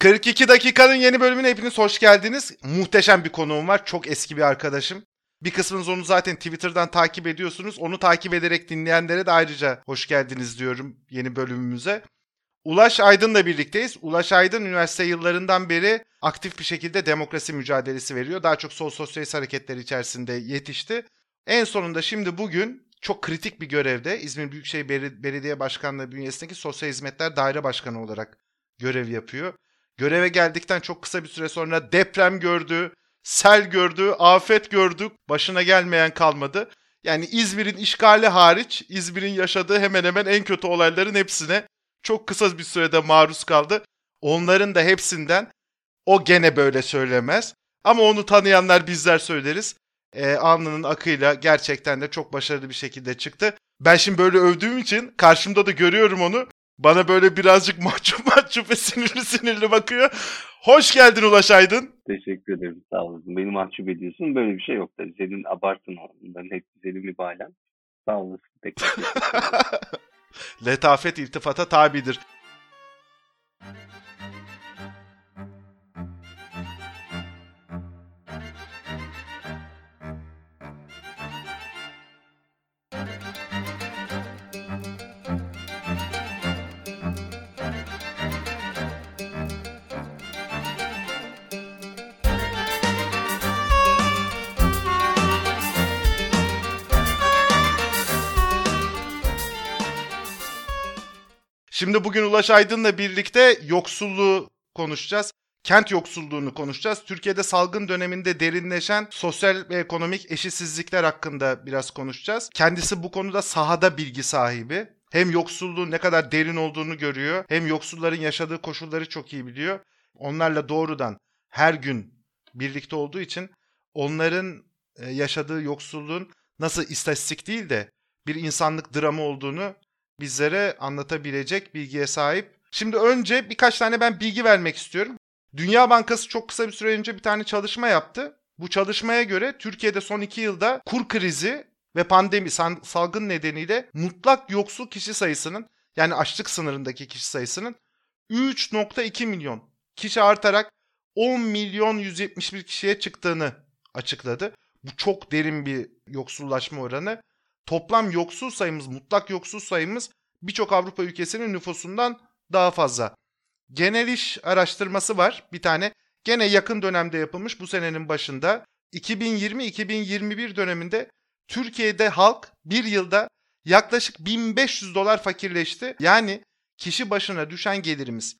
42 dakikanın yeni bölümüne hepiniz hoş geldiniz. Muhteşem bir konuğum var. Çok eski bir arkadaşım. Bir kısmınız onu zaten Twitter'dan takip ediyorsunuz. Onu takip ederek dinleyenlere de ayrıca hoş geldiniz diyorum yeni bölümümüze. Ulaş Aydın'la birlikteyiz. Ulaş Aydın üniversite yıllarından beri aktif bir şekilde demokrasi mücadelesi veriyor. Daha çok sol sosyalist hareketler içerisinde yetişti. En sonunda şimdi bugün çok kritik bir görevde İzmir Büyükşehir Belediye Başkanlığı bünyesindeki Sosyal Hizmetler Daire Başkanı olarak görev yapıyor. Göreve geldikten çok kısa bir süre sonra deprem gördü, sel gördü, afet gördük. Başına gelmeyen kalmadı. Yani İzmir'in işgali hariç İzmir'in yaşadığı hemen hemen en kötü olayların hepsine çok kısa bir sürede maruz kaldı. Onların da hepsinden o gene böyle söylemez. Ama onu tanıyanlar bizler söyleriz. Alnının akıyla gerçekten de çok başarılı bir şekilde çıktı. Ben şimdi böyle övdüğüm için karşımda da görüyorum onu. Bana böyle birazcık mahcup ve sinirli bakıyor. Hoş geldin Ulaş Aydın. Teşekkür ederim, sağ olasın. Beni mahcup ediyorsun. Böyle bir şey yok tabii. Senin abartın onların hepsi senin mübalağan. Sağ olasın. Letafet iltifata tabidir. Şimdi bugün Ulaş Aydın'la birlikte yoksulluğu konuşacağız. Kent yoksulluğunu konuşacağız. Türkiye'de salgın döneminde derinleşen sosyal ve ekonomik eşitsizlikler hakkında biraz konuşacağız. Kendisi bu konuda sahada bilgi sahibi. Hem yoksulluğun ne kadar derin olduğunu görüyor, hem yoksulların yaşadığı koşulları çok iyi biliyor. Onlarla doğrudan her gün birlikte olduğu için onların yaşadığı yoksulluğun nasıl istatistik değil de bir insanlık dramı olduğunu bizlere anlatabilecek bilgiye sahip. Şimdi önce birkaç tane ben bilgi vermek istiyorum. Dünya Bankası çok kısa bir süre önce bir tane çalışma yaptı. Bu çalışmaya göre Türkiye'de son 2 yılda kur krizi ve pandemi salgın nedeniyle mutlak yoksul kişi sayısının, yani açlık sınırındaki kişi sayısının 3.2 milyon kişi artarak 10 milyon 171 kişiye çıktığını açıkladı. Bu çok derin bir yoksullaşma oranı. Toplam yoksul sayımız, mutlak yoksul sayımız birçok Avrupa ülkesinin nüfusundan daha fazla. Genel İş araştırması var bir tane. Gene yakın dönemde yapılmış, bu senenin başında. 2020-2021 döneminde Türkiye'de halk bir yılda yaklaşık $1.500 fakirleşti. Yani kişi başına düşen gelirimiz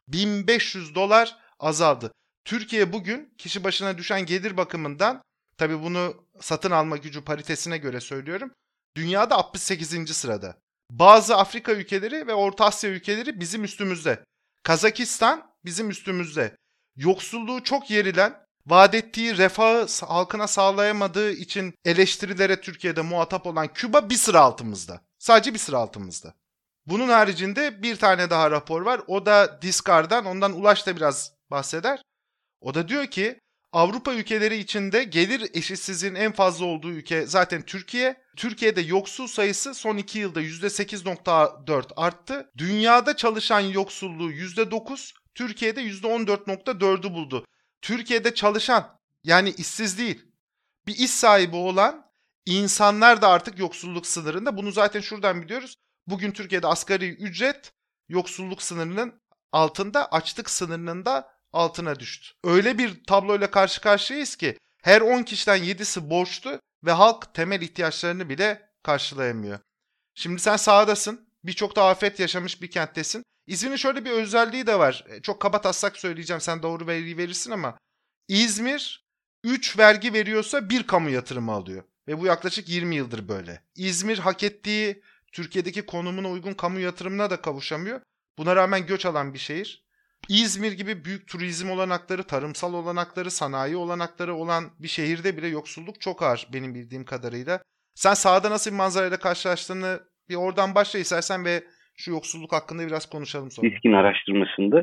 $1.500 azaldı. Türkiye bugün kişi başına düşen gelir bakımından, tabii bunu satın alma gücü paritesine göre söylüyorum, dünyada 68. sırada. Bazı Afrika ülkeleri ve Orta Asya ülkeleri bizim üstümüzde. Kazakistan bizim üstümüzde. Yoksulluğu çok yerilen, vaat ettiği refahı halkına sağlayamadığı için eleştirilere Türkiye'de muhatap olan Küba bir sıra altımızda. Sadece bir sıra altımızda. Bunun haricinde bir tane daha rapor var. O da Discard'dan. Ondan Ulaş da biraz bahseder. O da diyor ki Avrupa ülkeleri içinde gelir eşitsizliğinin en fazla olduğu ülke zaten Türkiye. Türkiye'de yoksul sayısı son 2 yılda %8.4 arttı. Dünyada çalışan yoksulluğu %9, Türkiye'de %14.4'ü buldu. Türkiye'de çalışan, yani işsiz değil, bir iş sahibi olan insanlar da artık yoksulluk sınırında. Bunu zaten şuradan biliyoruz. Bugün Türkiye'de asgari ücret yoksulluk sınırının altında, açlık sınırının da altına düştü. Öyle bir tabloyla karşı karşıyayız ki her 10 kişiden 7'si borçlu ve halk temel ihtiyaçlarını bile karşılayamıyor. Şimdi sen sahadasın. Birçok da afet yaşamış bir kenttesin. İzmir'in şöyle bir özelliği de var. Çok kabataslak söyleyeceğim, sen doğru veriyi verirsin ama İzmir 3 vergi veriyorsa 1 kamu yatırımı alıyor. Ve bu yaklaşık 20 yıldır böyle. İzmir hak ettiği Türkiye'deki konumuna uygun kamu yatırımına da kavuşamıyor. Buna rağmen göç alan bir şehir. İzmir gibi büyük turizm olanakları, tarımsal olanakları, sanayi olanakları olan bir şehirde bile yoksulluk çok ağır benim bildiğim kadarıyla. Sen sahada nasıl bir manzarayla karşılaştığını bir oradan başla istersen ve şu yoksulluk hakkında biraz konuşalım sonra. DİSK'in araştırmasında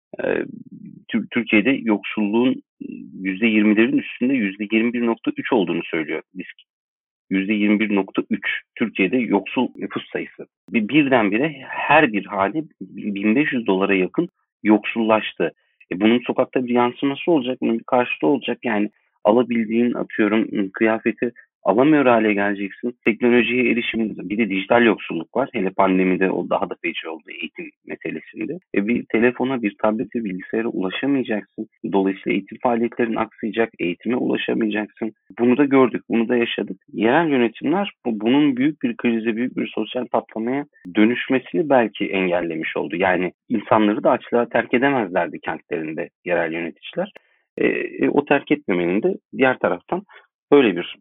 Türkiye'de yoksulluğun %20'lerin üstünde %21.3 olduğunu söylüyor DİSK. %21.3 Türkiye'de yoksul nüfus sayısı. Birdenbire her bir hane $1.500 yakın yoksullaştı. Bunun sokakta bir yansıması olacak, bunun bir karşılığı olacak. Yani alabildiğin atıyorum kıyafeti alamıyor hale geleceksin. Teknolojiye erişim, bir de dijital yoksulluk var. Hele pandemide o daha da feci oldu eğitim meselesinde. Bir telefona, bir tablete, bilgisayara ulaşamayacaksın. Dolayısıyla eğitim faaliyetlerin aksayacak, eğitime ulaşamayacaksın. Bunu da gördük, bunu da yaşadık. Yerel yönetimler bunun büyük bir krize, büyük bir sosyal patlamaya dönüşmesini belki engellemiş oldu. Yani insanları da açlığa terk edemezlerdi kentlerinde yerel yöneticiler. O terk etmemenin de diğer taraftan böyle bir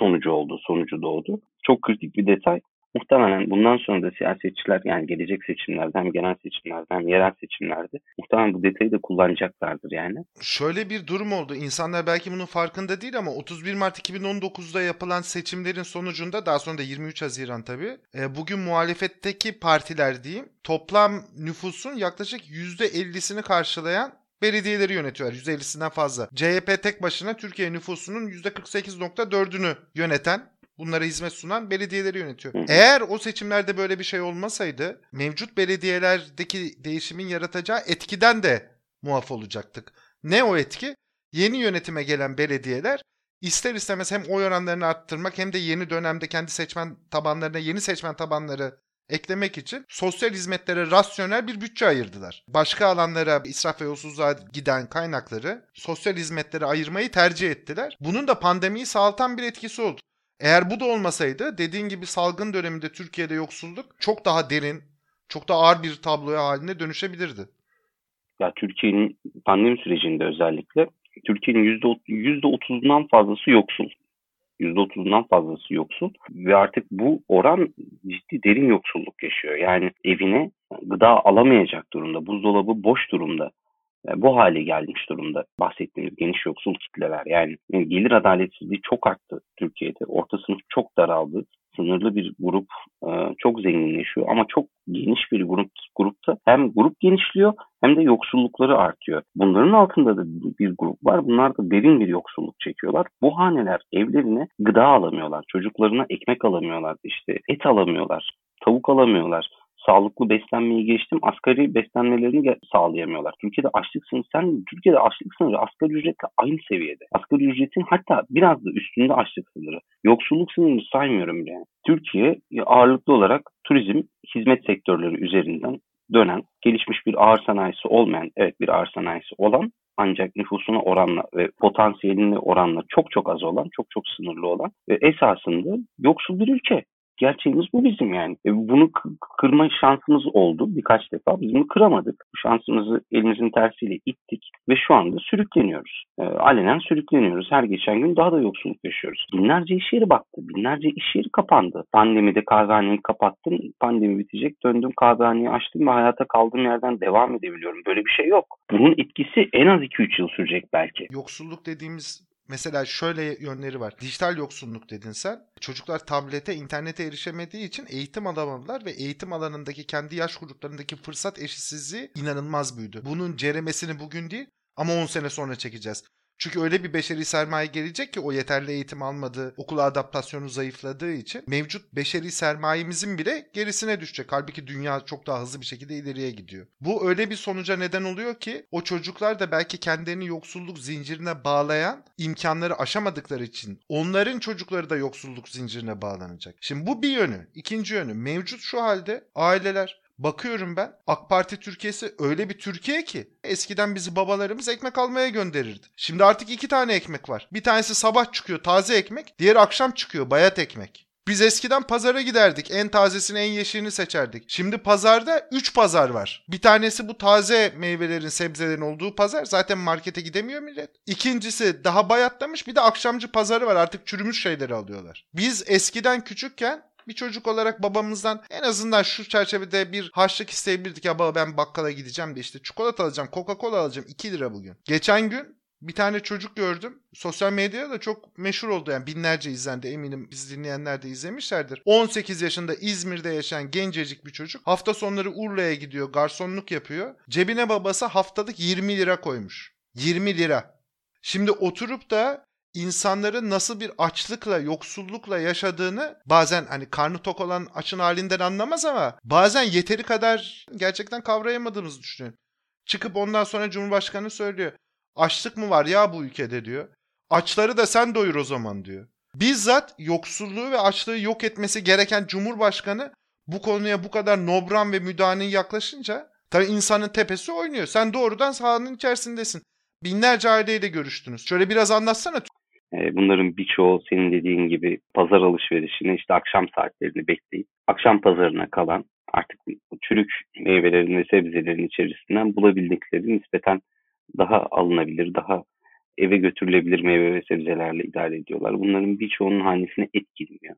sonucu doğdu. Çok kritik bir detay. Muhtemelen bundan sonra da siyasetçiler, yani gelecek seçimlerde, hem genel seçimlerde hem yerel seçimlerde muhtemelen bu detayı da kullanacaklardır yani. Şöyle bir durum oldu. İnsanlar belki bunun farkında değil ama 31 Mart 2019'da yapılan seçimlerin sonucunda, daha sonra da 23 Haziran tabii, bugün muhalefetteki partiler diyeyim, toplam nüfusun yaklaşık %50'sini karşılayan belediyeleri yönetiyorlar. %50'sinden fazla. CHP tek başına Türkiye nüfusunun %48.4'ünü yöneten, bunlara hizmet sunan belediyeleri yönetiyor. Eğer o seçimlerde böyle bir şey olmasaydı, mevcut belediyelerdeki değişimin yaratacağı etkiden de muaf olacaktık. Ne o etki? Yeni yönetime gelen belediyeler ister istemez hem oy oranlarını arttırmak hem de yeni dönemde kendi seçmen tabanlarına yeni seçmen tabanları eklemek için sosyal hizmetlere rasyonel bir bütçe ayırdılar. Başka alanlara, israf ve yolsuzluğa giden kaynakları sosyal hizmetlere ayırmayı tercih ettiler. Bunun da pandemiyi sağaltan bir etkisi oldu. Eğer bu da olmasaydı, dediğin gibi salgın döneminde Türkiye'de yoksulluk çok daha derin, çok daha ağır bir tabloya haline dönüşebilirdi. Ya Türkiye'nin pandemi sürecinde özellikle Türkiye'nin %30'undan fazlası yoksul. %30'undan fazlası yoksul ve artık bu oran ciddi derin yoksulluk yaşıyor. Yani evine gıda alamayacak durumda, buzdolabı boş durumda. Bu hale gelmiş durumda bahsettiğimiz geniş yoksul kitleler. Yani gelir adaletsizliği çok arttı Türkiye'de. Orta sınıf çok daraldı. Sınırlı bir grup çok zenginleşiyor ama çok geniş bir grupta hem grup genişliyor hem de yoksullukları artıyor. Bunların altında da bir grup var. Bunlar da derin bir yoksulluk çekiyorlar. Bu haneler evlerine gıda alamıyorlar. Çocuklarına ekmek alamıyorlar. İşte et alamıyorlar. Tavuk alamıyorlar. Sağlıklı beslenmeyi geçtim, asgari beslenmelerini sağlayamıyorlar. Türkiye'de açlık sınırı asgari ücretle aynı seviyede. Asgari ücretin hatta biraz da üstünde açlık sınırı. Yoksulluk sınırını saymıyorum yani. Türkiye ağırlıklı olarak turizm, hizmet sektörleri üzerinden dönen, gelişmiş bir ağır sanayisi olmayan, evet bir ağır sanayisi olan, ancak nüfusuna oranla ve potansiyeline oranla çok çok az olan, çok çok sınırlı olan ve esasında yoksul bir ülke. Gerçeğimiz bu bizim yani. Bunu kırma şansımız oldu birkaç defa. Biz bunu kıramadık. Bu şansımızı elimizin tersiyle ittik ve şu anda sürükleniyoruz. Alenen sürükleniyoruz. Her geçen gün daha da yoksulluk yaşıyoruz. Binlerce iş yeri battı. Binlerce iş yeri kapandı. Pandemide kahvehaneyi kapattım. Pandemi bitecek. Döndüm kahvehaneyi açtım ve hayata kaldığım yerden devam edebiliyorum. Böyle bir şey yok. Bunun etkisi en az 2-3 yıl sürecek belki. Yoksulluk dediğimiz mesela şöyle yönleri var. Dijital yoksulluk dedin sen. Çocuklar tablete, internete erişemediği için eğitim alamadılar ve eğitim alanındaki kendi yaş gruplarındaki fırsat eşitsizliği inanılmaz büyüdü. Bunun ceremesini bugün değil ama 10 sene sonra çekeceğiz. Çünkü öyle bir beşeri sermaye gelecek ki o yeterli eğitim almadığı, okula adaptasyonu zayıfladığı için mevcut beşeri sermayemizin bile gerisine düşecek. Halbuki dünya çok daha hızlı bir şekilde ileriye gidiyor. Bu öyle bir sonuca neden oluyor ki o çocuklar da belki kendilerini yoksulluk zincirine bağlayan imkanları aşamadıkları için onların çocukları da yoksulluk zincirine bağlanacak. Şimdi bu bir yönü. İkinci yönü, mevcut şu halde aileler, bakıyorum ben, AK Parti Türkiye'si öyle bir Türkiye ki eskiden bizi babalarımız ekmek almaya gönderirdi. Şimdi artık 2 tane ekmek var. Bir tanesi sabah çıkıyor taze ekmek, diğeri akşam çıkıyor bayat ekmek. Biz eskiden pazara giderdik. En tazesini, en yeşilini seçerdik. Şimdi pazarda 3 pazar var. Bir tanesi bu taze meyvelerin, sebzelerin olduğu pazar. Zaten markete gidemiyor millet. İkincisi daha bayatlamış, bir de akşamcı pazarı var. Artık çürümüş şeyleri alıyorlar. Biz eskiden küçükken bir çocuk olarak babamızdan en azından şu çerçevede bir harçlık isteyebilirdik. Ya baba ben bakkala gideceğim de işte çikolata alacağım, Coca-Cola alacağım, 2 lira bugün. Geçen gün bir tane çocuk gördüm. Sosyal medyada da çok meşhur oldu. Yani binlerce izlendi. Eminim biz dinleyenler de izlemişlerdir. 18 yaşında İzmir'de yaşayan gencecik bir çocuk. Hafta sonları Urla'ya gidiyor. Garsonluk yapıyor. Cebine babası haftalık 20 lira koymuş. 20 lira. Şimdi oturup da İnsanların nasıl bir açlıkla, yoksullukla yaşadığını bazen hani karnı tok olan açın halinden anlamaz ama bazen yeteri kadar gerçekten kavrayamadığımızı düşünüyorum. Çıkıp ondan sonra Cumhurbaşkanı söylüyor. Açlık mı var ya bu ülkede diyor. Açları da sen doyur o zaman diyor. Bizzat yoksulluğu ve açlığı yok etmesi gereken Cumhurbaşkanı bu konuya bu kadar nobran ve müdani yaklaşınca tabii insanın tepesi oynuyor. Sen doğrudan sahanın içerisindesin. Binlerce aileyle görüştünüz. Şöyle biraz anlatsana. Bunların birçoğu senin dediğin gibi pazar alışverişini işte akşam saatlerini bekleyip akşam pazarına kalan artık çürük meyvelerin ve sebzelerin içerisinden bulabildikleri nispeten daha alınabilir, daha eve götürülebilir meyve ve sebzelerle idare ediyorlar. Bunların birçoğunun hanesine et girmiyor.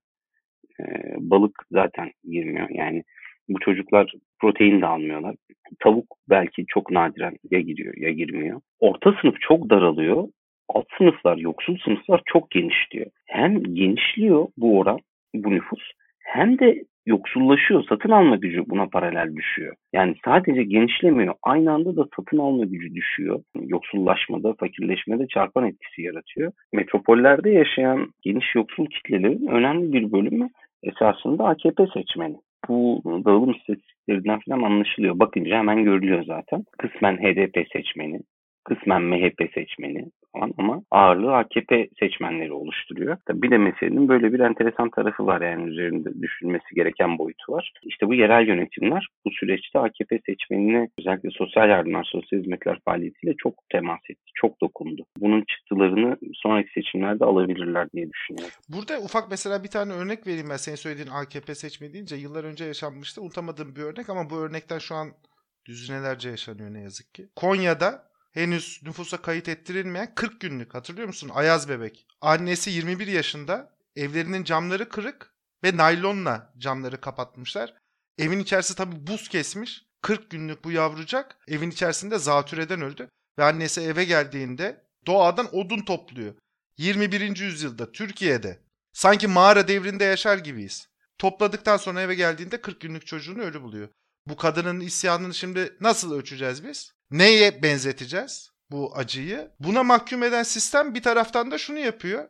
Balık zaten girmiyor. Yani bu çocuklar protein de almıyorlar. Tavuk belki çok nadiren ya giriyor ya girmiyor. Orta sınıf çok daralıyor. Alt sınıflar, yoksul sınıflar çok genişliyor. Hem genişliyor bu oran, bu nüfus, hem de yoksullaşıyor. Satın alma gücü buna paralel düşüyor. Yani sadece genişlemiyor, aynı anda da satın alma gücü düşüyor. Yoksullaşmada, fakirleşmede çarpan etkisi yaratıyor. Metropollerde yaşayan geniş yoksul kitlelerin önemli bir bölümü esasında AKP seçmeni. Bu dağılım istatistiklerinden falan anlaşılıyor. Bakınca hemen görülüyor zaten. Kısmen HDP seçmeni, kısmen MHP seçmeni falan ama ağırlığı AKP seçmenleri oluşturuyor. Tabii bir de meselenin böyle bir enteresan tarafı var, yani üzerinde düşünülmesi gereken boyutu var. İşte bu yerel yönetimler bu süreçte AKP seçmenine özellikle sosyal yardımlar, sosyal hizmetler faaliyetiyle çok temas etti, çok dokundu. Bunun çıktılarını sonraki seçimlerde alabilirler diye düşünüyorum. Burada ufak mesela bir tane örnek vereyim ben. Senin söylediğin AKP seçmeni deyince yıllar önce yaşanmıştı. Unutamadığım bir örnek ama bu örnekten şu an düzinelerce yaşanıyor ne yazık ki. Konya'da henüz nüfusa kayıt ettirilmeyen 40 günlük, hatırlıyor musun? Ayaz bebek. Annesi 21 yaşında, evlerinin camları kırık ve naylonla camları kapatmışlar. Evin içerisi tabii buz kesmiş. 40 günlük bu yavrucak evin içerisinde zatürreden öldü. Ve annesi eve geldiğinde doğadan odun topluyor. 21. yüzyılda Türkiye'de sanki mağara devrinde yaşar gibiyiz. Topladıktan sonra eve geldiğinde 40 günlük çocuğunu ölü buluyor. Bu kadının isyanını şimdi nasıl ölçeceğiz biz? Neye benzeteceğiz bu acıyı? Buna mahkum eden sistem bir taraftan da şunu yapıyor.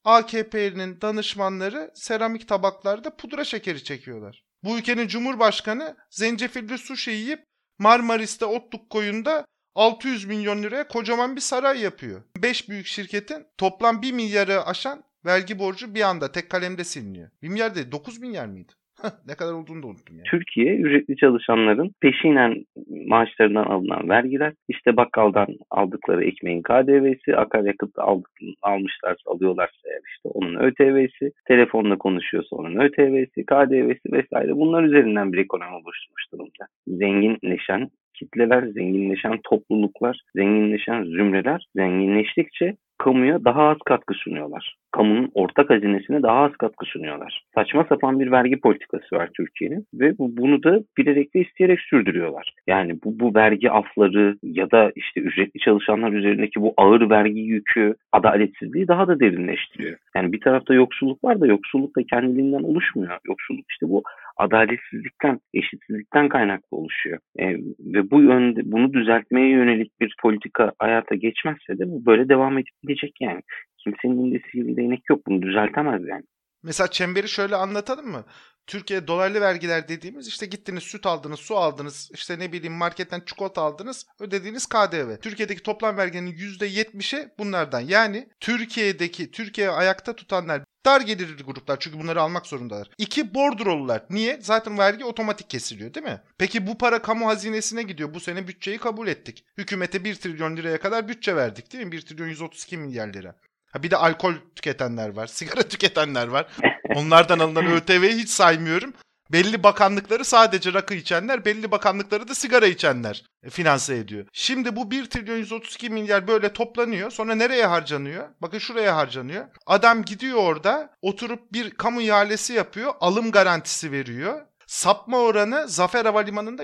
AKP'nin danışmanları seramik tabaklarda pudra şekeri çekiyorlar. Bu ülkenin Cumhurbaşkanı zencefilli sushi yiyip Marmaris'te Otluk Koyun'da 600 milyon liraya kocaman bir saray yapıyor. 5 büyük şirketin toplam 1 milyarı aşan vergi borcu bir anda tek kalemde siliniyor. 1 milyar değil, 9 milyar mıydı? Ne kadar olduğunu da unuttum ya. Türkiye ücretli çalışanların peşinen maaşlarından alınan vergiler, işte bakkaldan aldıkları ekmeğin KDV'si, akaryakıt almışlarsa alıyorlarsa eğer işte onun ÖTV'si, telefonla konuşuyorsa onun ÖTV'si, KDV'si vesaire, bunlar üzerinden bir ekonomi oluşturmuş durumda. Zenginleşen kitleler, zenginleşen topluluklar, zenginleşen zümreler zenginleştikçe kamuya daha az katkı sunuyorlar. Kamunun ortak hazinesine daha az katkı sunuyorlar. Saçma sapan bir vergi politikası var Türkiye'nin ve bunu da bilerek ve isteyerek sürdürüyorlar. Yani bu vergi afları ya da işte ücretli çalışanlar üzerindeki bu ağır vergi yükü adaletsizliği daha da derinleştiriyor. Yani bir tarafta yoksulluk var da yoksulluk da kendiliğinden oluşmuyor. Yoksulluk işte bu adaletsizlikten, eşitsizlikten kaynaklı oluşuyor. Ve bunu düzeltmeye yönelik bir politika hayata geçmezse de bu böyle devam edip gidecek yani. Kimsenin elinde sihirli değnek yok. Bunu düzeltemez yani. Mesela çemberi şöyle anlatalım mı? Türkiye dolaylı vergiler dediğimiz işte gittiniz süt aldınız, su aldınız, işte ne bileyim marketten çikolata aldınız, ödediğiniz KDV. Türkiye'deki toplam verginin %70'i bunlardan. Yani Türkiye'yi ayakta tutanlar dar gelirli gruplar, çünkü bunları almak zorundalar. 2 bordrolular. Niye? Zaten vergi otomatik kesiliyor değil mi? Peki bu para kamu hazinesine gidiyor. Bu sene bütçeyi kabul ettik. Hükümete 1 trilyon liraya kadar bütçe verdik değil mi? 1 trilyon 132 milyar lira. Bir de alkol tüketenler var, sigara tüketenler var. Onlardan alınan ÖTV'yi hiç saymıyorum. Belli bakanlıkları sadece rakı içenler, belli bakanlıkları da sigara içenler finanse ediyor. Şimdi bu 1 trilyon 132 milyar böyle toplanıyor. Sonra nereye harcanıyor? Bakın şuraya harcanıyor. Adam gidiyor orada, oturup bir kamu ihalesi yapıyor, alım garantisi veriyor. Sapma oranı Zafer Havalimanı'nda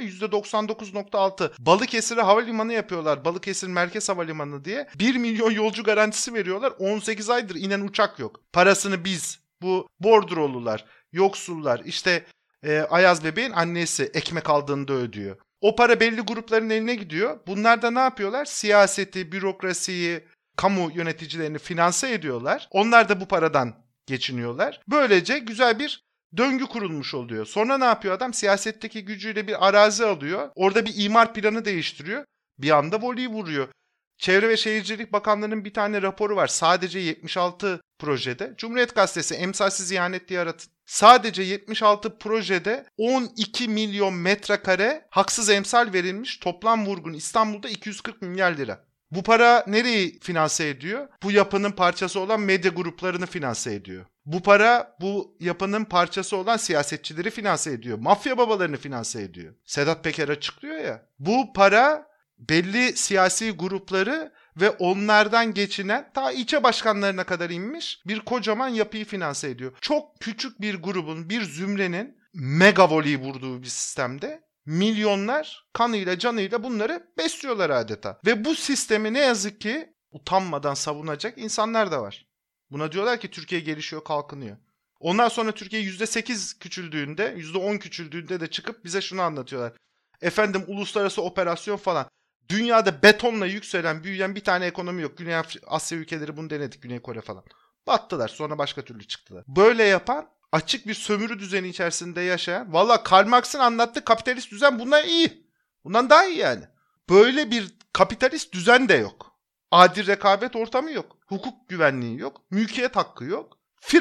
%99.6. Balıkesir'e havalimanı yapıyorlar. Balıkesir Merkez Havalimanı diye. 1 milyon yolcu garantisi veriyorlar. 18 aydır inen uçak yok. Parasını biz, bu bordrolular, yoksullar, işte Ayaz bebeğin annesi ekmek aldığında ödüyor. O para belli grupların eline gidiyor. Bunlar da ne yapıyorlar? Siyaseti, bürokrasiyi, kamu yöneticilerini finanse ediyorlar. Onlar da bu paradan geçiniyorlar. Böylece güzel bir döngü kurulmuş oluyor. Sonra ne yapıyor adam? Siyasetteki gücüyle bir arazi alıyor. Orada bir imar planı değiştiriyor. Bir anda voleyi vuruyor. Çevre ve Şehircilik Bakanlığı'nın bir tane raporu var. Sadece 76 projede. Cumhuriyet Gazetesi emsalsiz ihanet diye aratın. Sadece 76 projede 12 milyon metrekare haksız emsal verilmiş. Toplam vurgun İstanbul'da 240 milyar lira. Bu para nereyi finanse ediyor? Bu yapının parçası olan medya gruplarını finanse ediyor. Bu para bu yapının parçası olan siyasetçileri finanse ediyor. Mafya babalarını finanse ediyor. Sedat Peker açıklıyor ya. Bu para belli siyasi grupları ve onlardan geçinen ta ilçe başkanlarına kadar inmiş bir kocaman yapıyı finanse ediyor. Çok küçük bir grubun, bir zümrenin mega voleyi vurduğu bir sistemde milyonlar kanıyla canıyla bunları besliyorlar adeta. Ve bu sistemi ne yazık ki utanmadan savunacak insanlar da var. Buna diyorlar ki Türkiye gelişiyor, kalkınıyor. Ondan sonra Türkiye %8 küçüldüğünde, %10 küçüldüğünde de çıkıp bize şunu anlatıyorlar. Efendim uluslararası operasyon falan. Dünyada betonla yükselen, büyüyen bir tane ekonomi yok. Güney Asya ülkeleri bunu denedik. Güney Kore falan. Battılar. Sonra başka türlü çıktılar. Böyle yapan, açık bir sömürü düzeni içerisinde yaşayan. Valla Karl Marx'ın anlattığı kapitalist düzen bundan iyi. Bundan daha iyi yani. Böyle bir kapitalist düzen de yok. Adil rekabet ortamı yok. Hukuk güvenliği yok. Mülkiyet hakkı yok.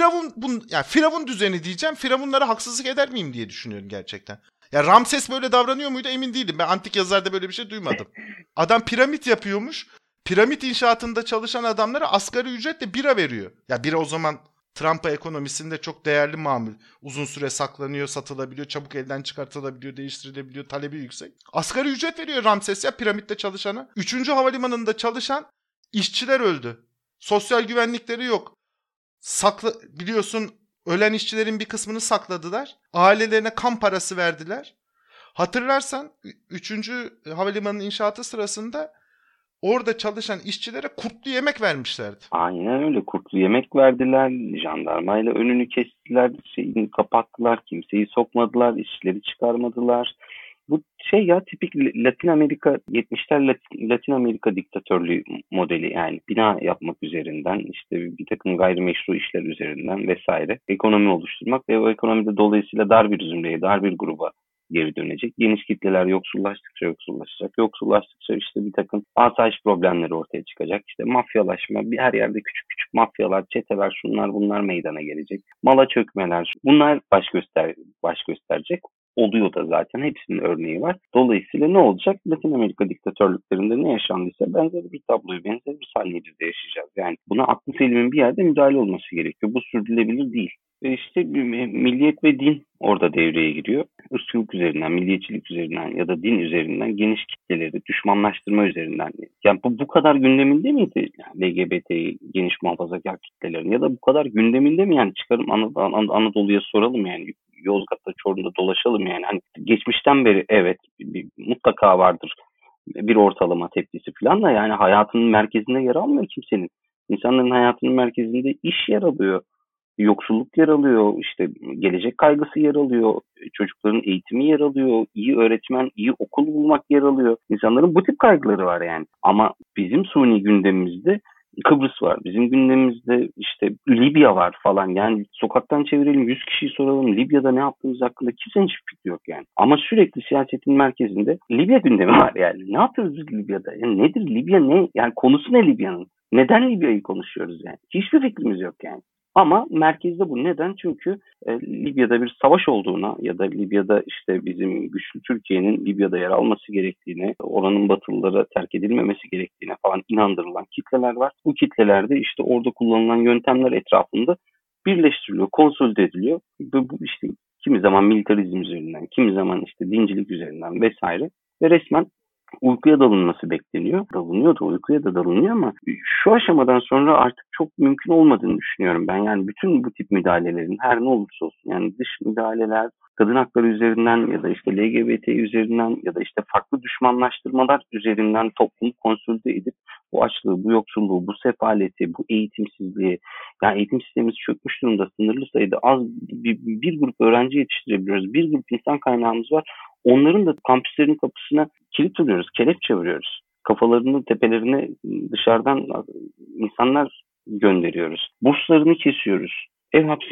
Firavun düzeni diyeceğim. Firavunlara haksızlık eder miyim diye düşünüyorum gerçekten. Ya Ramses böyle davranıyor muydu emin değilim. Ben antik yazılarda böyle bir şey duymadım. Adam piramit yapıyormuş. Piramit inşaatında çalışan adamlara asgari ücretle bira veriyor. Ya bira o zaman Trump'a ekonomisinde çok değerli mamul. Uzun süre saklanıyor, satılabiliyor, çabuk elden çıkartılabiliyor, değiştirilebiliyor, talebi yüksek. Asgari ücret veriyor Ramses ya piramitte çalışana. 3. havalimanında çalışan işçiler öldü. Sosyal güvenlikleri yok. Biliyorsun ölen işçilerin bir kısmını sakladılar. Ailelerine kan parası verdiler. Hatırlarsan 3. havalimanının inşaatı sırasında orada çalışan işçilere kurtlu yemek vermişlerdi. Aynen öyle. Kurtlu yemek verdiler. Jandarmayla önünü kestiler. Şeyini kapattılar. Kimseyi sokmadılar. İşçileri çıkarmadılar. Bu tipik Latin Amerika 70'ler Latin Amerika diktatörlüğü modeli, yani bina yapmak üzerinden, işte bir takım gayrimeşru işler üzerinden vesaire ekonomi oluşturmak ve o ekonomide dolayısıyla dar bir zümreye, dar bir gruba geri dönecek. Geniş kitleler yoksullaştıkça yoksullaşacak. Yoksullaştıkça işte bir takım asayiş problemleri ortaya çıkacak. İşte mafyalaşma, her yerde küçük küçük mafyalar, çeteler, şunlar bunlar meydana gelecek. Mala çökmeler, bunlar baş gösterecek. Oluyor da zaten. Hepsinin örneği var. Dolayısıyla ne olacak? Latin Amerika diktatörlüklerinde ne yaşandıysa benzeri bir tabloyu, benzeri bir sahneyi biz de yaşayacağız. Yani buna aklı selimin bir yerde müdahale olması gerekiyor. Bu sürdürülebilir değil. Ve işte milliyet ve din orada devreye giriyor. Irkçılık üzerinden, milliyetçilik üzerinden ya da din üzerinden geniş kitleleri düşmanlaştırma üzerinden. Yani bu kadar gündeminde miydi LGBT geniş muhafazakar kitlelerin, ya da bu kadar gündeminde mi? Yani çıkarım Anadolu'ya soralım, yani Yozgat'ta, Çorlu'da dolaşalım yani. Hani geçmişten beri evet mutlaka vardır bir ortalama tepkisi falan da, yani hayatının merkezinde yer almıyor kimsenin. İnsanların hayatının merkezinde iş yer alıyor. Yoksulluk yer alıyor, işte gelecek kaygısı yer alıyor, çocukların eğitimi yer alıyor, iyi öğretmen, iyi okul bulmak yer alıyor. İnsanların bu tip kaygıları var yani. Ama bizim suni gündemimizde Kıbrıs var. Bizim gündemimizde işte Libya var falan. Yani sokaktan çevirelim, 100 kişiyi soralım, Libya'da ne yaptığımız hakkında kimsenin hiçbir fikri yok yani. Ama sürekli siyasetin merkezinde Libya gündemi var yani. Ne yapıyoruz biz Libya'da? Yani nedir Libya, ne? Yani konusu ne Libya'nın? Neden Libya'yı konuşuyoruz yani? Hiçbir fikrimiz yok yani. Ama merkezde bu. Neden? Çünkü Libya'da bir savaş olduğuna ya da Libya'da işte bizim güçlü Türkiye'nin Libya'da yer alması gerektiğine, oranın Batılılara terk edilmemesi gerektiğine falan inandırılan kitleler var. Bu kitlelerde işte orada kullanılan yöntemler etrafında birleştiriliyor, konsolide ediliyor. Bu işte kimi zaman militarizm üzerinden, kimi zaman işte dincilik üzerinden vesaire ve resmen uykuya dalınması bekleniyor. Dalınıyor da, uykuya da dalınıyor ama şu aşamadan sonra artık çok mümkün olmadığını düşünüyorum ben. Yani bütün bu tip müdahalelerin, her ne olursa olsun, yani dış müdahaleler, kadın hakları üzerinden ya da işte LGBT üzerinden ya da işte farklı düşmanlaştırmalar üzerinden toplumu konsolide edip bu açlığı, bu yoksulluğu, bu sefaleti, bu eğitimsizliği, yani eğitim sistemimiz çökmüş durumda, sınırlı sayıda az bir grup öğrenci yetiştirebiliyoruz. Bir grup insan kaynağımız var. Onların da kampüslerin kapısına kilit vuruyoruz, kelepçe vuruyoruz. Kafalarını, tepelerine dışarıdan insanlar gönderiyoruz. Burslarını kesiyoruz. Ev hapsine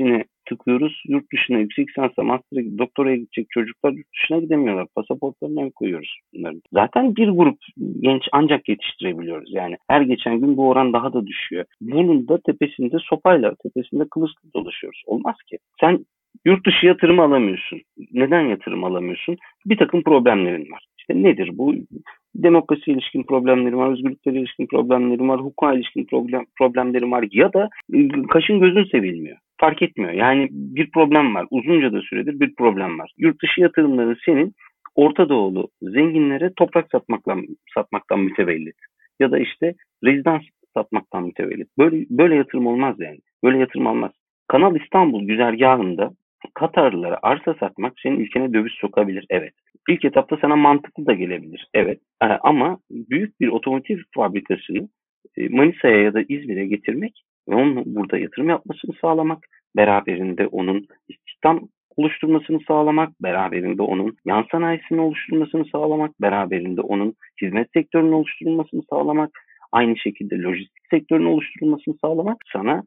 tıkıyoruz. Yurt dışına yüksek lisansa, master'a, doktoraya gidecek çocuklar yurt dışına gidemiyorlar. Pasaportlarına el koyuyoruz bunların. Zaten bir grup genç ancak yetiştirebiliyoruz. Yani her geçen gün bu oran daha da düşüyor. Bunun da tepesinde sopayla, tepesinde kılıçla dolaşıyoruz. Olmaz ki. Sen yurt dışı yatırımı alamıyorsun. Neden yatırım alamıyorsun? Bir takım problemlerin var. İşte nedir bu? Demokrasiye ilişkin problemleri var, özgürlüklere ilişkin problemleri var, hukuka ilişkin problemleri var ya da kaşın gözün sevilmiyor. Fark etmiyor. Yani bir problem var. Uzunca da süredir bir problem var. Yurt dışı yatırımları senin Orta Doğulu zenginlere toprak satmaktan mütevellit. Ya da işte rezidans satmaktan mütevellit. Böyle yatırım olmaz yani. Böyle yatırım olmaz. Kanal İstanbul güzergahında Katarlılara arsa satmak senin ülkene döviz sokabilir. Evet. İlk etapta sana mantıklı da gelebilir. Evet. Ama büyük bir otomotiv fabrikasını Manisa'ya ya da İzmir'e getirmek ve onun burada yatırım yapmasını sağlamak, beraberinde onun istihdam oluşturmasını sağlamak, beraberinde onun yan sanayisini oluşturmasını sağlamak, beraberinde onun hizmet sektörünün oluşturulmasını sağlamak, aynı şekilde lojistik sektörünün oluşturulmasını sağlamak sana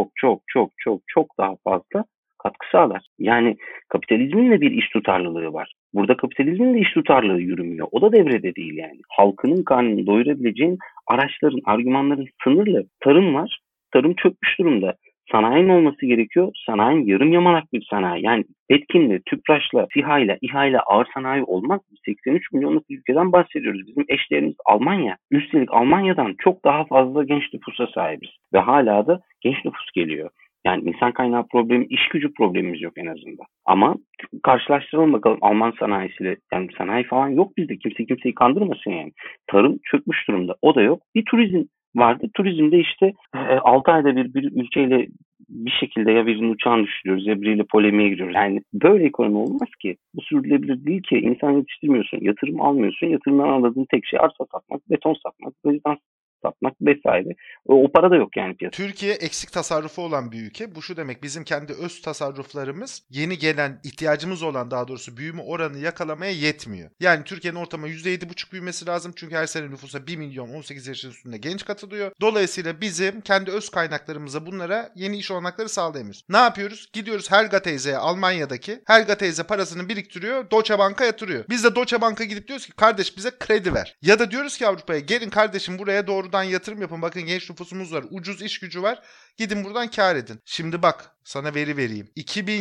çok daha fazla katkı sağlar. Yani kapitalizmin de bir iş tutarlılığı var. Burada kapitalizmin de iş tutarlılığı yürümüyor. O da devrede değil yani. Halkının karnını doyurabileceğin araçların, argümanların sınırlı. Tarım var. Tarım çökmüş durumda. Sanayinin olması gerekiyor. Sanayinin yarım yamalak bir sanayi. Yani Etkin'le, Tüpraş'la, SİHA'yla, İHA'yla ağır sanayi olmaz. 83 milyonluk bir ülkeden bahsediyoruz. Bizim eşlerimiz Almanya. Üstelik Almanya'dan çok daha fazla genç nüfusa sahibiz. Ve hala da genç nüfus geliyor. Yani insan kaynağı problemi, iş gücü problemimiz yok en azından. Ama karşılaştıralım bakalım Alman sanayisiyle. Yani sanayi falan yok bizde. Kimse kimseyi kandırmasın yani. Tarım çökmüş durumda. O da yok. Bir turizm vardı. Turizmde işte 6 ayda bir ülkeyle bir şekilde ya birinin uçağını düşürüyoruz ya biriyle polemiğe giriyoruz. Yani böyle ekonomi olmaz ki. Bu sürdürülebilir değil ki. İnsan yetiştirmiyorsun. Yatırım almıyorsun. Yatırımdan anladığın tek şey arsa satmak, beton satmak, rezidans satmak vesaire. O para da yok yani piyasada. Türkiye eksik tasarrufu olan bir ülke. Bu şu demek, bizim kendi öz tasarruflarımız yeni gelen, ihtiyacımız olan daha doğrusu büyüme oranı yakalamaya yetmiyor. Yani Türkiye'nin ortalama %7,5 büyümesi lazım. Çünkü her sene nüfusa 1 milyon 18 yaşın üstünde genç katılıyor. Dolayısıyla bizim kendi öz kaynaklarımıza bunlara yeni iş olanakları sağlayamıyoruz. Ne yapıyoruz? Gidiyoruz Helga teyzeye, Almanya'daki. Helga teyze parasını biriktiriyor, Deutsche Bank'a yatırıyor. Biz de Deutsche Bank'a gidip diyoruz ki kardeş bize kredi ver. Ya da diyoruz ki Avrupa'ya gelin kardeşim buraya doğrudan yatırım yapın. Bakın genç nüfusumuz var. Ucuz iş gücü var. Gidin buradan kar edin. Şimdi bak sana veri vereyim.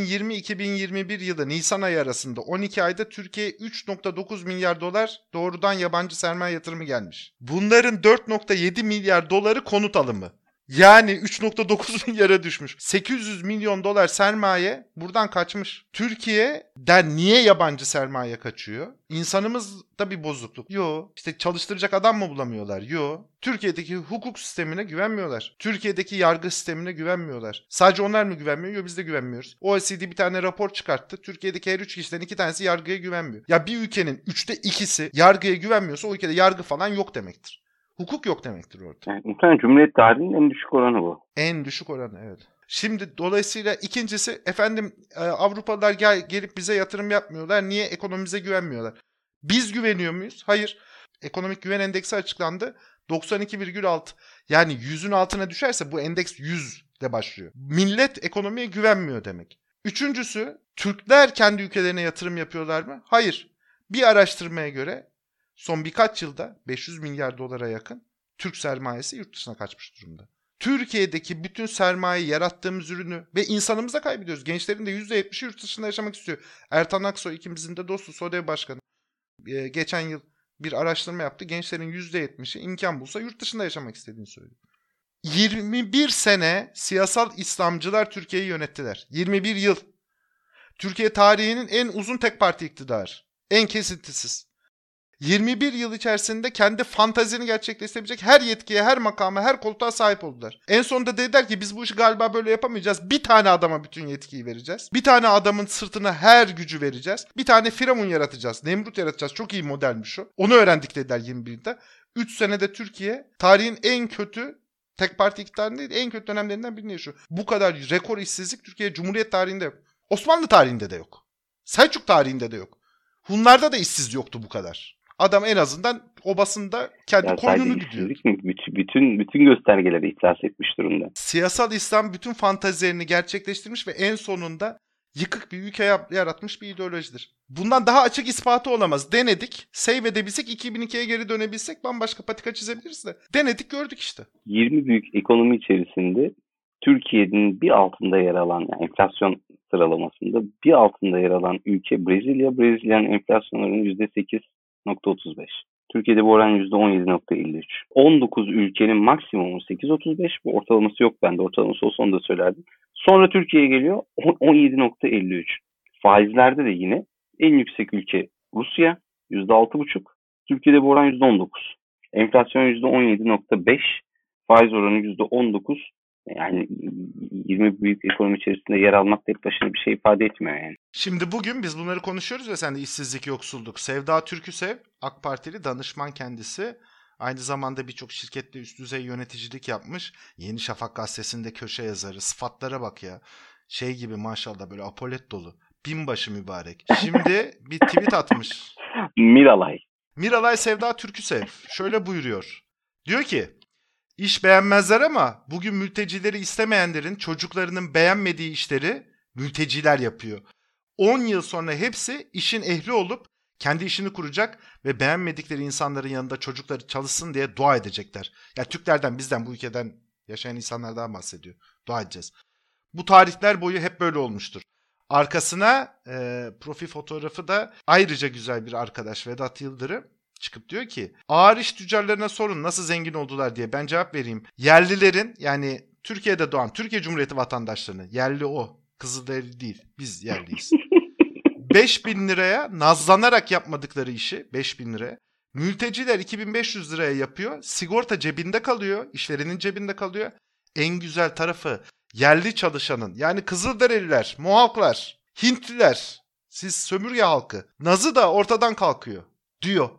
2020-2021 yılı Nisan ayı arasında 12 ayda Türkiye'ye 3,9 milyar dolar doğrudan yabancı sermaye yatırımı gelmiş. Bunların 4,7 milyar doları konut alımı. Yani 3,9 milyara düşmüş. 800 milyon dolar sermaye buradan kaçmış. Türkiye'den niye yabancı sermaye kaçıyor? İnsanımızda bir bozukluk. Yo. İşte çalıştıracak adam mı bulamıyorlar? Yo. Türkiye'deki hukuk sistemine güvenmiyorlar. Türkiye'deki yargı sistemine güvenmiyorlar. Sadece onlar mı güvenmiyor? Yo, biz de güvenmiyoruz. OECD bir tane rapor çıkarttı. Türkiye'deki her 3 kişiden 2 tanesi yargıya güvenmiyor. Ya bir ülkenin 3'te 2'si yargıya güvenmiyorsa o ülkede yargı falan yok demektir. Hukuk yok demektir orada. Yani muhtemelen Cumhuriyet tarihinin en düşük oranı bu. En düşük oranı, evet. Şimdi dolayısıyla ikincisi efendim Avrupalılar gelip bize yatırım yapmıyorlar. Niye? Ekonomimize güvenmiyorlar. Biz güveniyor muyuz? Hayır. Ekonomik güven endeksi açıklandı. 92,6. Yani 100'ün altına düşerse bu endeks 100 de başlıyor. Millet ekonomiye güvenmiyor demek. Üçüncüsü Türkler kendi ülkelerine yatırım yapıyorlar mı? Hayır. Bir araştırmaya göre son birkaç yılda 500 milyar dolara yakın Türk sermayesi yurt dışına kaçmış durumda. Türkiye'deki bütün sermayeyi, yarattığımız ürünü ve insanımızı da kaybediyoruz. Gençlerin de %70'i yurt dışında yaşamak istiyor. Ertan Aksoy ikimizin de dostu, SODEV Başkanı. Geçen yıl bir araştırma yaptı. Gençlerin %70'i imkan bulsa yurt dışında yaşamak istediğini söylüyor. 21 sene siyasal İslamcılar Türkiye'yi yönettiler. 21 yıl. Türkiye tarihinin en uzun tek parti iktidarı. En kesintisiz. 21 yıl içerisinde kendi fantazini gerçekleştirebilecek her yetkiye, her makama, her koltuğa sahip oldular. En sonunda dediler ki biz bu işi galiba böyle yapamayacağız. Bir tane adama bütün yetkiyi vereceğiz. Bir tane adamın sırtına her gücü vereceğiz. Bir tane Firavun yaratacağız. Nemrut yaratacağız. Çok iyi modelmiş o. Onu öğrendik dediler 21'de. 3 senede Türkiye tarihin en kötü tek parti iktidarının değil, en kötü dönemlerinden birini yaşıyor. Bu kadar rekor işsizlik Türkiye Cumhuriyet tarihinde yok. Osmanlı tarihinde de yok. Selçuk tarihinde de yok. Hunlarda da işsiz yoktu bu kadar. Adam en azından obasında kendi Ya koynunu sadece güdüyor. işsizlik mi? Bütün göstergeleri ihsas etmiş durumda. Siyasal İslam bütün fantazilerini gerçekleştirmiş ve en sonunda yıkık bir ülke yaratmış bir ideolojidir. Bundan daha açık ispatı olamaz. Denedik, save edebilsek, 2002'ye geri dönebilsek bambaşka patika çizebiliriz de. Denedik, gördük işte. 20 büyük ekonomi içerisinde Türkiye'nin bir altında yer alan, yani enflasyon sıralamasında bir altında yer alan ülke Brezilya. Brezilya'nın enflasyon oranı %8.35. Türkiye'de bu oran %17.53. 19 ülkenin maksimumu 8.35. Bu ortalaması yok bende. Ortalaması olsa onu da söylerdim. Sonra Türkiye geliyor 17.53. Faizlerde de yine en yüksek ülke Rusya %6.5. Türkiye'de bu oran %19. Enflasyon %17.5. Faiz oranı %19. Yani 20 büyük ekonomi içerisinde yer almak tek başına bir şey ifade etmiyor yani. Şimdi bugün biz bunları konuşuyoruz ya, sen de işsizlik, yoksulluk. Sevda Türküsev, AK Partili danışman kendisi. Aynı zamanda birçok şirkette üst düzey yöneticilik yapmış. Yeni Şafak gazetesinde köşe yazarı. Sıfatlara bak ya. Şey gibi maşallah, böyle apolet dolu. Binbaşı mübarek. Şimdi bir tweet atmış. Miralay Sevda Türküsev şöyle buyuruyor. Diyor ki, İş beğenmezler ama bugün mültecileri istemeyenlerin çocuklarının beğenmediği işleri mülteciler yapıyor. 10 yıl sonra hepsi işin ehli olup kendi işini kuracak ve beğenmedikleri insanların yanında çocukları çalışsın diye dua edecekler. Ya Türklerden, bizden, bu ülkeden yaşayan insanlardan bahsediyor. Dua edeceğiz. Bu tarihler boyu hep böyle olmuştur. Arkasına profil fotoğrafı da ayrıca güzel bir arkadaş, Vedat Yıldırım. Çıkıp diyor ki, ağır iş tüccarlarına sorun nasıl zengin oldular diye. Ben cevap vereyim. Yerlilerin, yani Türkiye'de doğan Türkiye Cumhuriyeti vatandaşlarını, yerli o, Kızılderili değil, biz yerliyiz. 5.000 liraya nazlanarak yapmadıkları işi, 5.000 liraya mülteciler 2.500 liraya yapıyor. Sigorta cebinde kalıyor, işverenin cebinde kalıyor. En güzel tarafı yerli çalışanın, yani Kızılderililer, Moğollar, Hintliler, siz sömürge halkı, nazı da ortadan kalkıyor diyor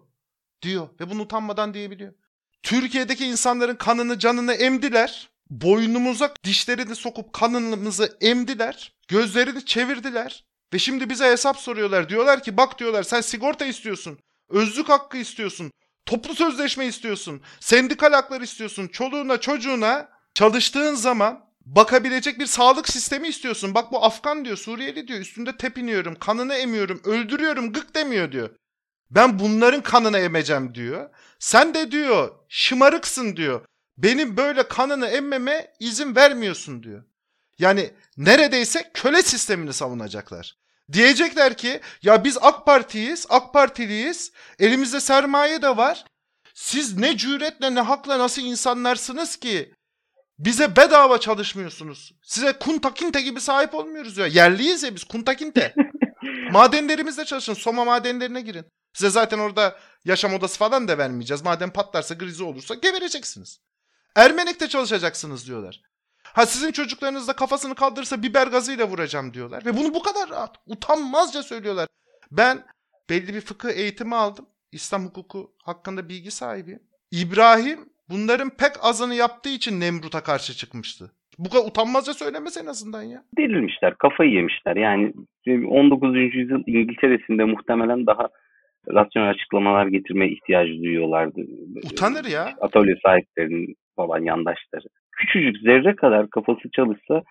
ve bunu utanmadan diyebiliyor. Türkiye'deki insanların kanını, canını emdiler. Boynumuza dişlerini sokup kanımızı emdiler. Gözlerini çevirdiler. Ve şimdi bize hesap soruyorlar. Diyorlar ki, bak diyorlar, sen sigorta istiyorsun. Özlük hakkı istiyorsun. Toplu sözleşme istiyorsun. Sendikal haklar istiyorsun. Çoluğuna çocuğuna çalıştığın zaman bakabilecek bir sağlık sistemi istiyorsun. Bak bu Afgan diyor, Suriyeli diyor. Üstünde tepiniyorum, kanını emiyorum, öldürüyorum, gık demiyor diyor. Ben bunların kanını emeceğim diyor. Sen de diyor şımarıksın diyor. Benim böyle kanını emmeme izin vermiyorsun diyor. Yani neredeyse köle sistemini savunacaklar. Diyecekler ki, ya biz AK Parti'yiz, AK Partiliyiz, elimizde sermaye de var. Siz ne cüretle, ne hakla, nasıl insanlarsınız ki bize bedava çalışmıyorsunuz? Size kunta kinte gibi sahip olmuyoruz ya. Yerliyiz ya biz, kunta kinte. Madenlerimizde çalışın, Soma madenlerine girin. Size zaten orada yaşam odası falan da vermeyeceğiz. Maden patlarsa, grizi olursa gebereceksiniz. Ermenek'te çalışacaksınız diyorlar. Ha, sizin çocuklarınız da kafasını kaldırırsa biber gazıyla vuracağım diyorlar. Ve bunu bu kadar rahat, utanmazca söylüyorlar. Ben belli bir fıkıh eğitimi aldım. İslam hukuku hakkında bilgi sahibiyim. İbrahim bunların pek azını yaptığı için Nemrut'a karşı çıkmıştı. Bu kadar utanmazca söylemez en azından ya. Delirmişler, kafayı yemişler. Yani 19. yüzyıl İngiltere'sinde muhtemelen daha rasyonel açıklamalar getirmeye ihtiyacı duyuyorlardı. Utanır ya. Atölye sahiplerinin falan yandaşları. Küçücük zerre kadar kafası çalışsa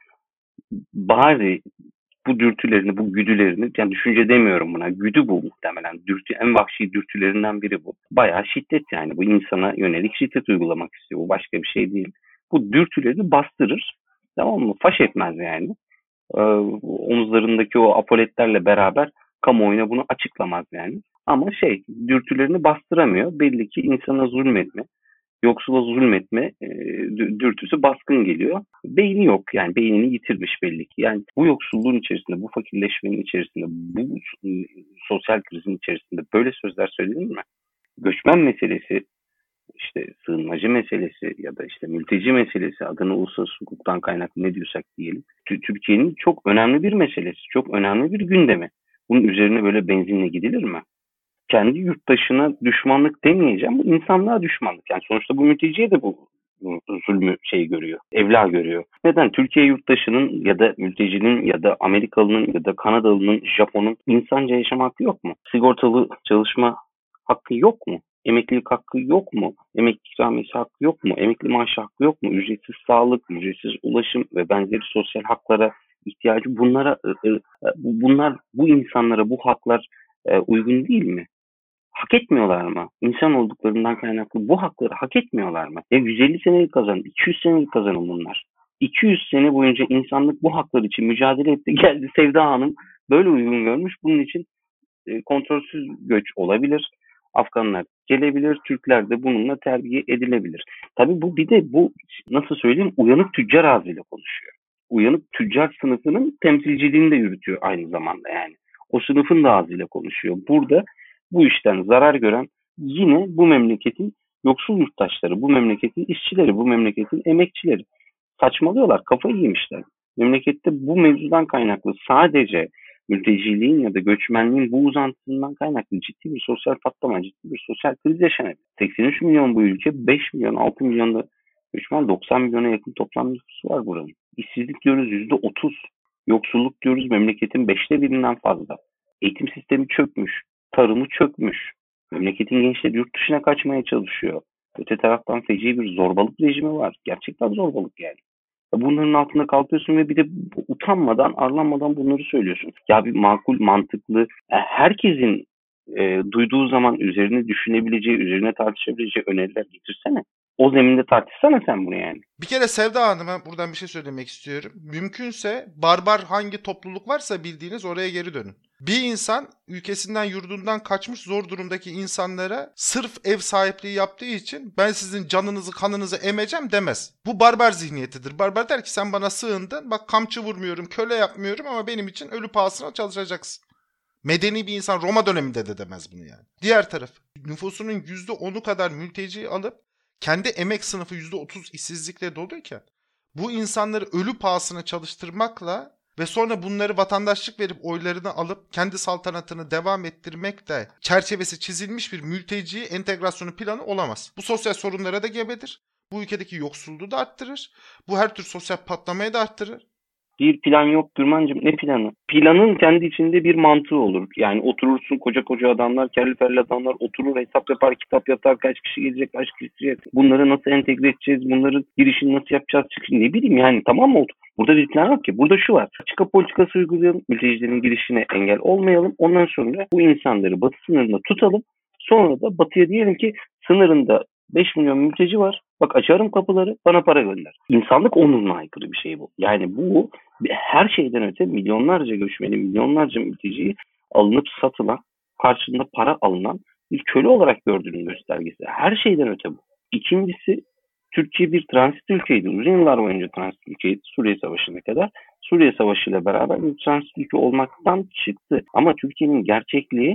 bari bu dürtülerini, bu güdülerini, yani düşünce demiyorum buna, güdü bu muhtemelen. Dürtü, en vahşi dürtülerinden biri bu. Bayağı şiddet yani. Bu insana yönelik şiddet uygulamak istiyor. Bu başka bir şey değil. Bu dürtülerini bastırır. Tamam mı? Faş etmez yani. Omuzlarındaki o apoletlerle beraber kamuoyuna bunu açıklamaz yani. Ama dürtülerini bastıramıyor. Belli ki insana zulmetme, yoksula zulmetme dürtüsü baskın geliyor. Beyni yok yani, beynini yitirmiş belli ki. Yani bu yoksulluğun içerisinde, bu fakirleşmenin içerisinde, bu sosyal krizin içerisinde böyle sözler söylenir mi? Göçmen meselesi, işte sığınmacı meselesi ya da işte mülteci meselesi, adına uluslararası hukuktan kaynaklı ne diyorsak diyelim. Türkiye'nin çok önemli bir meselesi, çok önemli bir gündemi. Bunun üzerine böyle benzinle gidilir mi? Kendi yurttaşına düşmanlık demeyeceğim, bu insanlığa düşmanlık. Yani sonuçta bu mülteciye de bu zulmü görüyor, evla görüyor. Neden? Türkiye yurttaşının ya da mültecinin ya da Amerikalının ya da Kanadalı'nın, Japon'un insanca yaşam hakkı yok mu? Sigortalı çalışma hakkı yok mu? Emeklilik hakkı yok mu? Emekli ikramiyesi hakkı yok mu? Emekli maaşı hakkı yok mu? Ücretsiz sağlık, ücretsiz ulaşım ve benzeri sosyal haklara ihtiyacı bunlar bu insanlara bu haklar uygun değil mi? Hak etmiyorlar mı? İnsan olduklarından kaynaklı bu hakları hak etmiyorlar mı? Ya 150 senelik kazanım, 200 senelik kazanım bunlar. 200 sene boyunca insanlık bu haklar için mücadele etti. Geldi Sevda Hanım böyle uygun görmüş. Bunun için kontrolsüz göç olabilir. Afganlar gelebilir. Türkler de bununla terbiye edilebilir. Tabii bu nasıl söyleyeyim uyanık tüccar ağzıyla konuşuyor. Uyanık tüccar sınıfının temsilciliğini de yürütüyor aynı zamanda yani. O sınıfın da ağzıyla konuşuyor. Burada bu işten zarar gören yine bu memleketin yoksul yurttaşları, bu memleketin işçileri, bu memleketin emekçileri. Saçmalıyorlar, kafayı yemişler. Memlekette bu mevzudan kaynaklı sadece mülteciliğin ya da göçmenliğin bu uzantısından kaynaklı ciddi bir sosyal patlama, ciddi bir sosyal kriz yaşanıyor. 83 milyon bu ülke, 5 milyon, 6 milyonda göçmen, 90 milyona yakın toplam nüfusu var buranın. İşsizlik diyoruz %30, yoksulluk diyoruz memleketin 1/5'inden fazla. Eğitim sistemi çökmüş, tarımı çökmüş. Memleketin gençleri yurt dışına kaçmaya çalışıyor. Öte taraftan feci bir zorbalık rejimi var. Gerçekten zorbalık yani. Bunların altında kalkıyorsun ve bir de utanmadan, arlanmadan bunları söylüyorsun. Ya bir makul, mantıklı, herkesin duyduğu zaman üzerine düşünebileceği, üzerine tartışabileceği öneriler getirsene. O zeminde tartışsana sen bunu yani. Bir kere Sevda Hanım'a buradan bir şey söylemek istiyorum. Mümkünse barbar hangi topluluk varsa bildiğiniz oraya geri dönün. Bir insan ülkesinden yurdundan kaçmış zor durumdaki insanlara sırf ev sahipliği yaptığı için ben sizin canınızı kanınızı emeceğim demez. Bu barbar zihniyetidir. Barbar der ki sen bana sığındın, bak kamçı vurmuyorum, köle yapmıyorum ama benim için ölü pahasına çalışacaksın. Medeni bir insan Roma döneminde de demez bunu yani. Diğer taraf nüfusunun %10'u kadar mülteci alıp kendi emek sınıfı %30 işsizlikle doluyken bu insanları ölü pahasına çalıştırmakla ve sonra bunları vatandaşlık verip oylarını alıp kendi saltanatını devam ettirmek de çerçevesi çizilmiş bir mülteci entegrasyonu planı olamaz. Bu sosyal sorunlara da gebedir. Bu ülkedeki yoksulluğu da arttırır. Bu her tür sosyal patlamayı da arttırır. Bir plan yok Dürmancığım. Ne planı? Planın kendi içinde bir mantığı olur. Yani oturursun koca koca adamlar, kelli felli adamlar oturur hesap yapar, kitap yapar, kaç kişi gelecek, kaç kişi gelecek. Bunları nasıl entegre edeceğiz, bunların girişini nasıl yapacağız, çıkışını ne bileyim yani tamam mı? Burada bir plan yok ki. Burada şu var. Açık politikası uygulayalım, mültecilerin girişine engel olmayalım. Ondan sonra bu insanları batı sınırında tutalım. Sonra da batıya diyelim ki sınırında 5 milyon mülteci var. Bak açarım kapıları bana para gönder. İnsanlık onuruna aykırı bir şey bu. Yani bu her şeyden öte milyonlarca göçmeni, milyonlarca mülteciyi alınıp satılan, karşılığında para alınan bir köle olarak gördüğünün göstergesi. Her şeyden öte bu. İkincisi Türkiye bir transit ülkeydi. Uzun yıllar boyunca transit ülkeydi Suriye Savaşı'na kadar. Suriye Savaşı ile beraber bir transit ülke olmaktan çıktı. Ama Türkiye'nin gerçekliği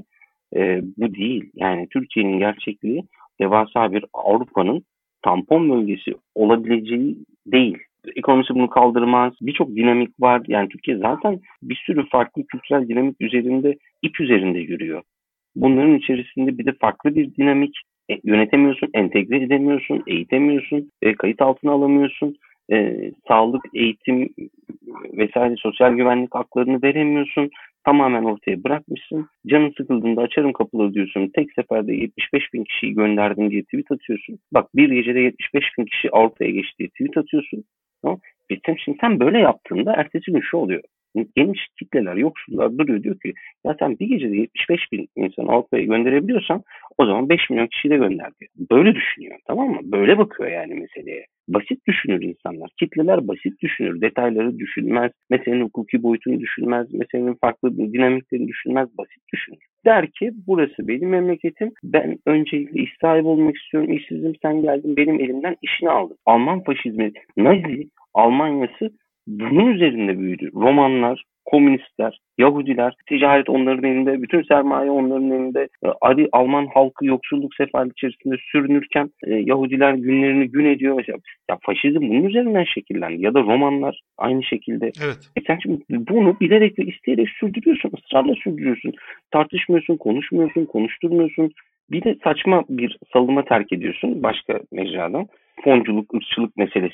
bu değil. Yani Türkiye'nin gerçekliği devasa bir Avrupa'nın tampon bölgesi olabileceği değil. Ekonomisi bunu kaldırmaz. Birçok dinamik var. Yani Türkiye zaten bir sürü farklı kültürel dinamik üzerinde, ip üzerinde yürüyor. Bunların içerisinde bir de farklı bir dinamik yönetemiyorsun, entegre edemiyorsun, eğitemiyorsun, kayıt altına alamıyorsun. Sağlık, eğitim vesaire sosyal güvenlik haklarını veremiyorsun. Tamamen ortaya bırakmışsın. Canın sıkıldığında açarım kapıları diyorsun. Tek seferde 75 bin kişiyi gönderdim diye tweet atıyorsun. Bak bir gecede 75 bin kişi Avrupa'ya geçti diye tweet atıyorsun. Tamam. Şimdi sen böyle yaptığında ertesi gün şu oluyor. Geniş kitleler, yoksullar duruyor diyor ki ya sen bir gecede 75 bin insan Avrupa'ya gönderebiliyorsan o zaman 5 milyon kişiyi de gönder diyor. Böyle düşünüyor tamam mı? Böyle bakıyor yani meseleye. Basit düşünür insanlar. Kitleler basit düşünür. Detayları düşünmez. Meselenin hukuki boyutunu düşünmez. Meselenin farklı dinamiklerini düşünmez. Basit düşünür. Der ki burası benim memleketim. Ben öncelikle iş sahibi olmak istiyorum. İşsizim sen geldin benim elimden işini aldın. Alman faşizmi, Nazi Almanyası bunun üzerinde büyüdü. Romanlar, komünistler, Yahudiler, ticaret onların elinde, bütün sermaye onların elinde. Alman halkı yoksulluk sefalet içerisinde sürünürken Yahudiler günlerini gün ediyor. Mesela, ya faşizm bunun üzerinden şekillendi. Ya da Romanlar aynı şekilde. Evet. Sen şimdi bunu bilerek ve isteyerek sürdürüyorsun, ısrarla sürdürüyorsun. Tartışmıyorsun, konuşmuyorsun, konuşturmuyorsun. Bir de saçma bir salıma terk ediyorsun başka mecradan. Fonculuk, ırkçılık meselesine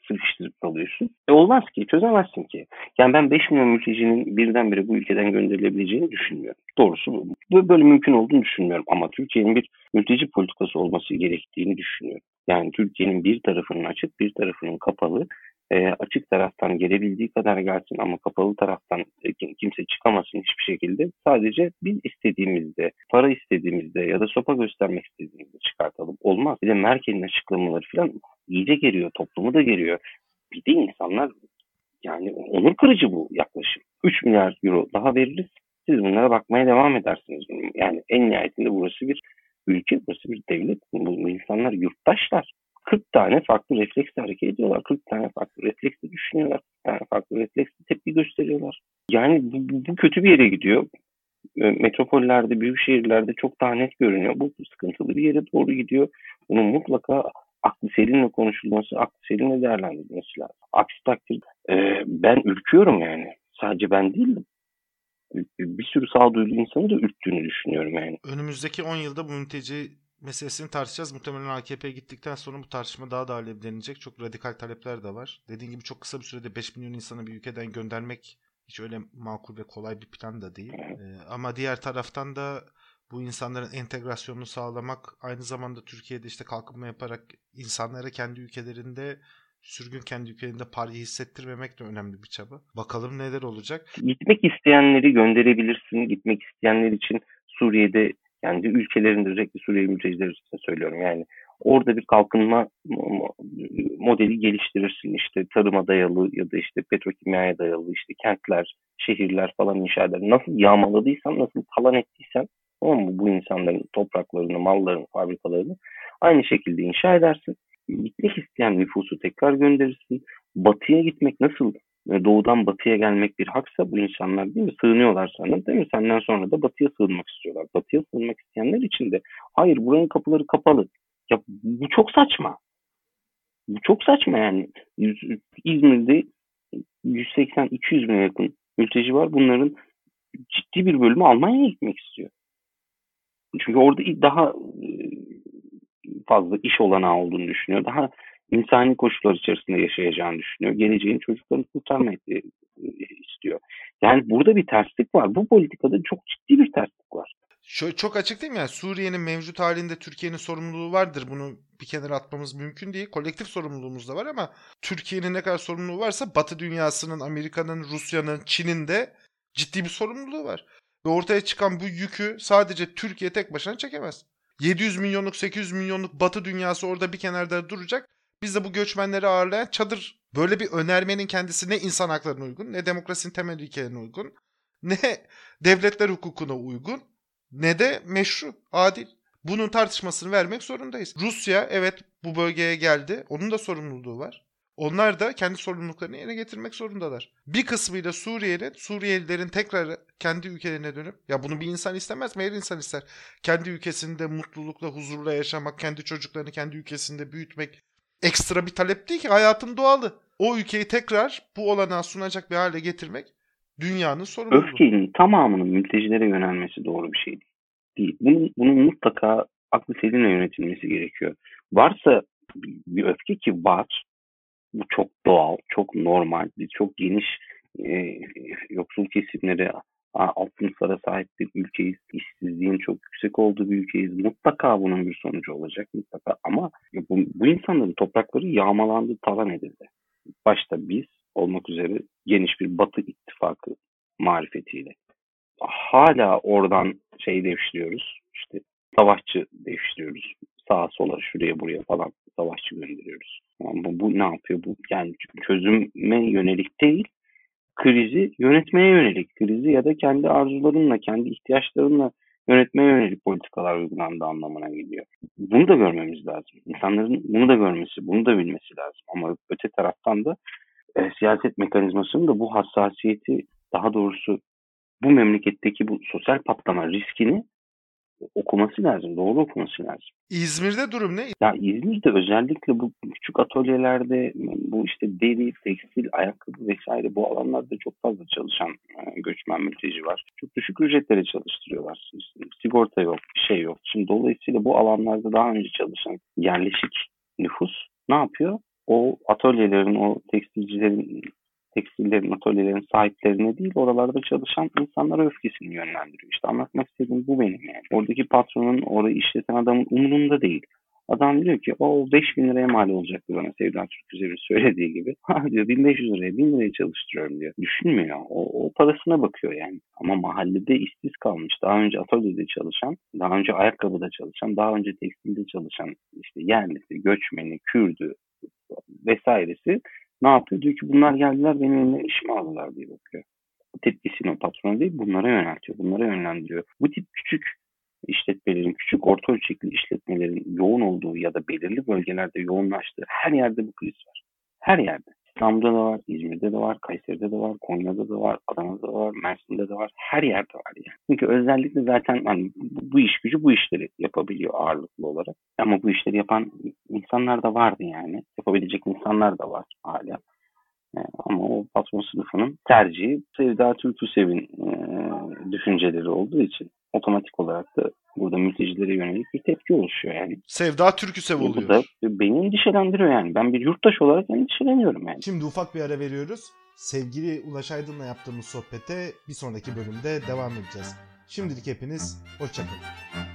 sıkıştırıp kalıyorsun. Olmaz ki, çözemezsin ki. Yani ben 5 milyon mültecinin birdenbire bu ülkeden gönderilebileceğini düşünmüyorum. Doğrusu bu böyle mümkün olduğunu düşünmüyorum. Ama Türkiye'nin bir mülteci politikası olması gerektiğini düşünüyorum. Yani Türkiye'nin bir tarafının açık, bir tarafının kapalı. Açık taraftan gelebildiği kadar gelsin ama kapalı taraftan kimse çıkamasın hiçbir şekilde. Sadece biz istediğimizde, para istediğimizde ya da sopa göstermek istediğimizde çıkartalım. Olmaz. Bir de Merkel'in açıklamaları falan iyice geriyor, toplumu da geriyor. Bir de insanlar, yani onur kırıcı bu yaklaşım. 3 milyar euro daha veririz. Siz bunlara bakmaya devam edersiniz. Yani en nihayetinde burası bir ülke, burası bir devlet. Bu insanlar yurttaşlar. 40 tane farklı refleksle hareket ediyorlar. 40 tane farklı refleksle düşünüyorlar. 40 tane farklı refleksle tepki gösteriyorlar. Yani bu kötü bir yere gidiyor. Metropollerde, büyük şehirlerde çok daha net görünüyor. Bu sıkıntılı bir yere doğru gidiyor. Bunun mutlaka aklı selimle konuşulması, aklı selimle değerlendirilmesi lazım. Aksi takdirde ben ürküyorum yani. Sadece ben değilim. Bir sürü sağduyulu insanı da ürktüğünü düşünüyorum yani. Önümüzdeki 10 yılda bu mülteci meselesini tartışacağız. Muhtemelen AKP gittikten sonra bu tartışma daha da alevlenecek. Çok radikal talepler de var. Dediğim gibi çok kısa bir sürede 5 milyon insanı bir ülkeden göndermek hiç öyle makul ve kolay bir plan da değil. Ama diğer taraftan da bu insanların entegrasyonunu sağlamak, aynı zamanda Türkiye'de işte kalkınma yaparak insanlara kendi ülkelerinde sürgün, kendi ülkelerinde parayı hissettirmemek de önemli bir çaba. Bakalım neler olacak. Gitmek isteyenleri gönderebilirsin. Gitmek isteyenler için Suriye'de, kendi ülkelerinde, özellikle Suriyeli mülteciler için söylüyorum. Yani orada bir kalkınma modeli geliştirirsin. İşte tarıma dayalı ya da işte petrokimyaya dayalı işte kentler, şehirler falan inşa eder. Nasıl yağmaladıysan, nasıl talan ettiysen, tamam mı, bu insanların topraklarını, mallarını, fabrikalarını aynı şekilde inşa edersin. Gitmek isteyen nüfusu tekrar gönderirsin. Batıya gitmek nasıl doğudan batıya gelmek bir haksa, bu insanlar değil mi sığınıyorlar sana, değil mi? Senden sonra da batıya sığınmak istiyorlar. Batıya sığınmak isteyenler için de hayır, buranın kapıları kapalı. Ya bu çok saçma. Bu çok saçma yani. İzmir'de 180-200 bine yakın mülteci var. Bunların ciddi bir bölümü Almanya'ya gitmek istiyor. Çünkü orada daha fazla iş olanağı olduğunu düşünüyor. Daha insani koşullar içerisinde yaşayacağını düşünüyor. Geleceğin çocuklarını kurtarmayı istiyor. Yani burada bir terslik var. Bu politikada çok ciddi bir terslik var. Şöyle çok açık değil mi? Yani Suriye'nin mevcut halinde Türkiye'nin sorumluluğu vardır. Bunu bir kenara atmamız mümkün değil. Kolektif sorumluluğumuz da var ama Türkiye'nin ne kadar sorumluluğu varsa Batı dünyasının, Amerika'nın, Rusya'nın, Çin'in de ciddi bir sorumluluğu var. Ve ortaya çıkan bu yükü sadece Türkiye tek başına çekemez. 700 milyonluk, 800 milyonluk Batı dünyası orada bir kenarda duracak. Biz de bu göçmenleri ağırlayan çadır. Böyle bir önermenin kendisi ne insan haklarına uygun, ne demokrasinin temel ilkelerine uygun, ne devletler hukukuna uygun, ne de meşru, adil. Bunun tartışmasını vermek zorundayız. Rusya evet bu bölgeye geldi. Onun da sorumluluğu var. Onlar da kendi sorumluluklarını yerine getirmek zorundalar. Bir kısmıyla Suriyelilerin tekrar kendi ülkelerine dönüp, ya bunu bir insan istemez mi? Her insan ister. Kendi ülkesinde mutlulukla, huzurla yaşamak, kendi çocuklarını kendi ülkesinde büyütmek ekstra bir talep değil ki, hayatın doğalı. O ülkeyi tekrar bu olanağı sunacak bir hale getirmek dünyanın sorumluluğu. Öfkenin tamamının mültecilere yönelmesi doğru bir şey değil. Bunun mutlaka aklı selimle yönetilmesi gerekiyor. Varsa bir öfke, ki var, bu çok doğal, çok normal. Biz çok geniş yoksul kesimleri, alt sınıflara sahip bir ülkeyiz. İşsizliğin çok yüksek olduğu bir ülkeyiz. Mutlaka bunun bir sonucu olacak mutlaka. Ama bu insanların toprakları yağmalandı, talan edildi. Başta biz olmak üzere geniş bir Batı ittifakı marifetiyle. Hala oradan şey devşiriyoruz. İşte savaşçı devşiriyoruz. Sağa sola, şuraya buraya falan savaşçı gönderiyoruz. Yani bu ne yapıyor? Bu yani çözüme yönelik değil, krizi yönetmeye yönelik, krizi ya da kendi arzularınla, kendi ihtiyaçlarınla yönetmeye yönelik politikalar uygulandığı anlamına geliyor. Bunu da görmemiz lazım. İnsanların bunu da görmesi, bunu da bilmesi lazım. Ama öte taraftan da siyaset mekanizmasının da bu hassasiyeti, daha doğrusu bu memleketteki bu sosyal patlama riskini okuması lazım. Doğru okuması lazım. İzmir'de durum ne? Ya İzmir'de özellikle bu küçük atölyelerde, bu işte deri, tekstil, ayakkabı vesaire, bu alanlarda çok fazla çalışan göçmen mülteci var. Çok düşük ücretlere çalıştırıyorlar. Sigorta yok, bir şey yok. Şimdi dolayısıyla bu alanlarda daha önce çalışan yerleşik nüfus ne yapıyor? o atölyelerin, o tekstillerin, atölyelerin sahiplerine değil, oralarda çalışan insanlara öfkesini yönlendiriyor. İşte anlatmak istediğim bu benim yani. Oradaki patronun, orayı işleten adamın umurunda değil. Adam diyor ki o 5.000 liraya mal olacaktı bana Sevda Türküsev'in söylediği gibi. Ha diyor 1.500 liraya 1.000 liraya çalıştırıyorum diyor. Düşünmüyor. O parasına bakıyor yani. Ama mahallede işsiz kalmış. Daha önce atölyede çalışan, daha önce ayakkabıda çalışan, daha önce tekstilde çalışan işte yerlisi, göçmeni, Kürdü vesairesi ne yapıyor? Diyor ki bunlar geldiler benim elimden işimi aldılar diye bakıyor. Tepkisini o patrona değil bunlara yöneltiyor. Bunlara yönlendiriyor. Bu tip küçük işletmelerin, küçük orta ölçekli işletmelerin yoğun olduğu ya da belirli bölgelerde yoğunlaştığı her yerde bu kriz var. Her yerde. İstanbul'da da var, İzmir'de de var, Kayseri'de de var, Konya'da da var, Adana'da da var, Mersin'de de var. Her yerde var yani. Çünkü özellikle zaten hani bu iş gücü bu işleri yapabiliyor ağırlıklı olarak. Ama bu işleri yapan insanlar da vardı yani. Yapabilecek insanlar da var hala. Ama o patron sınıfının tercihi Sevda Türküsev'in düşünceleri olduğu için otomatik olarak da burada mültecilere yönelik bir tepki oluşuyor yani. Sevda Türküsev oluyor. Bu da beni endişelendiriyor yani. Ben bir yurttaş olarak endişeleniyorum yani. Şimdi ufak bir ara veriyoruz. Sevgili Ulaş Aydın'la yaptığımız sohbete bir sonraki bölümde devam edeceğiz. Şimdilik hepiniz hoşça kalın.